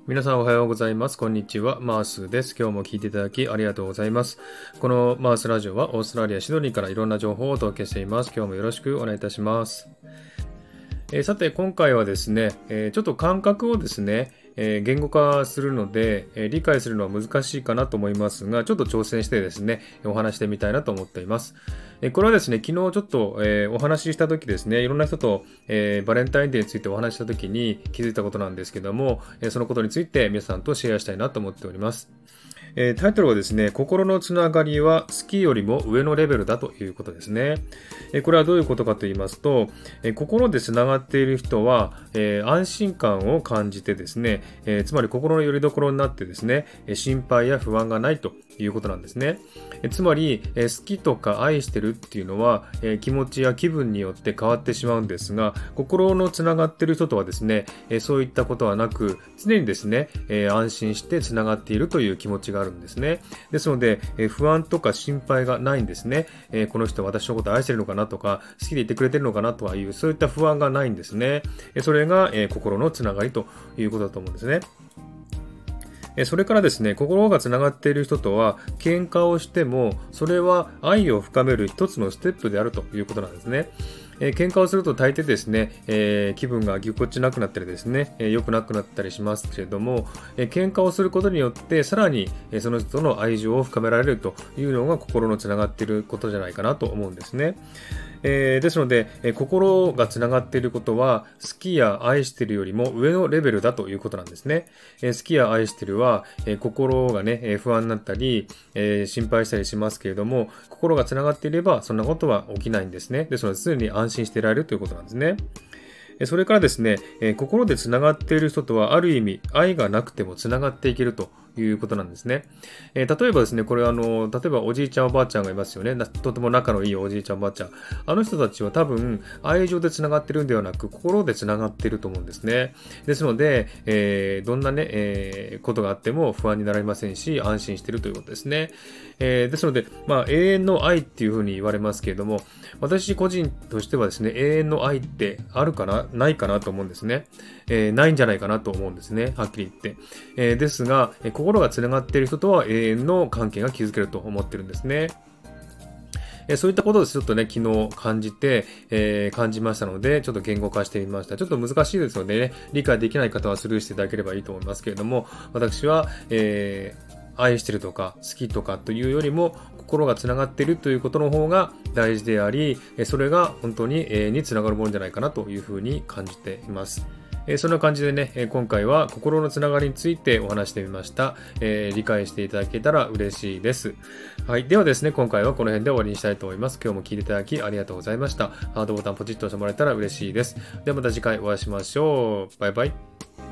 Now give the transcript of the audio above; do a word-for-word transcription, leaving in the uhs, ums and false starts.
皆さんおはようございます。こんにちは。マースです。今日も聞いていただきありがとうございます。このマースラジオはオーストラリア・シドニーからいろんな情報をお届けしています。今日もよろしくお願いいたします。えー、さて今回はですね、えー、ちょっと感覚をですね、えー、言語化するので、えー、理解するのは難しいかなと思いますが、ちょっと挑戦してですね、お話してみたいなと思っています。えー、これはですね、昨日ちょっと、えー、お話しした時ですね、いろんな人と、えー、バレンタインデーについてお話しした時に気づいたことなんですけども、えー、そのことについて皆さんとシェアしたいなと思っております。えー、タイトルはですね、心のつながりは好きよりも上のレベルだということですね。えー、これはどういうことかと言いますと、えー、心でつながっている人は、えー、安心感を感じてですね、えー、つまり心の拠り所になってですね、心配や不安がないということなんですね。えー、つまり、えー、好きとか愛してるっていうのは、えー、気持ちや気分によって変わってしまうんですが、心のつながっている人とはですね、えー、そういったことはなく、常にですね、えー、安心してつながっているという気持ちがあるんですね。ですので、えー、不安とか心配がないんですね。えー、この人は私のことを愛しているのかなとか、好きでいてくれているのかなとかいう、そういった不安がないんですね。えー、それが、えー、心のつながりということだと思うんですね。それからですね、心がつながっている人とは喧嘩をしても、それは愛を深める一つのステップであるということなんですね。えー、喧嘩をすると大抵ですね、えー、気分がぎこちなくなったりですね、えー、良くなくなったりしますけれども、えー、喧嘩をすることによってさらに、えー、その人との愛情を深められるというのが心のつながっていることじゃないかなと思うんですね。えー、ですので、えー、心がつながっていることは好きや愛しているよりも上のレベルだということなんですね。えー、好きや愛しているは、えー、心がね、えー、不安になったり、えー、心配したりしますけれども、心がつながっていればそんなことは起きないんですね。ですので常に安心していられるということなんですね。それからですね、えー、心でつながっている人とはある意味愛がなくてもつながっていけるということなんですね。えー、例えばですね、これはあの、例えばおじいちゃんおばあちゃんがいますよね。とても仲のいいおじいちゃんおばあちゃん。あの人たちは多分愛情でつながっているんではなく心でつながっていると思うんですね。ですので、えー、どんなね、えー、ことがあっても不安になられませんし、安心しているということですね。えー、ですので、まあ永遠の愛っていうふうに言われますけれども、私個人としてはですね、永遠の愛ってあるかなないかなと思うんですね。えー、ないんじゃないかなと思うんですね。はっきり言って。えー、ですが、えー、心がつながっている人とは永遠の関係が築けると思ってるんですね。えー、そういったことをちょっとね、昨日感じて、えー、感じましたので、ちょっと言語化してみました。ちょっと難しいですのでね、理解できない方はスルーしていただければいいと思いますけれども、私は、えー愛してるとか好きとかというよりも心がつながっているということの方が大事であり、それが本当に永遠につながるものじゃないかなというふうに感じています。そんな感じでね、今回は心のつながりについてお話してみました。えー、理解していただけたら嬉しいです。はい。ではですね、今回はこの辺で終わりにしたいと思います。今日も聞いていただきありがとうございました。ハートボタンポチッと押してもらえたら嬉しいです。ではまた次回お会いしましょう。バイバイ。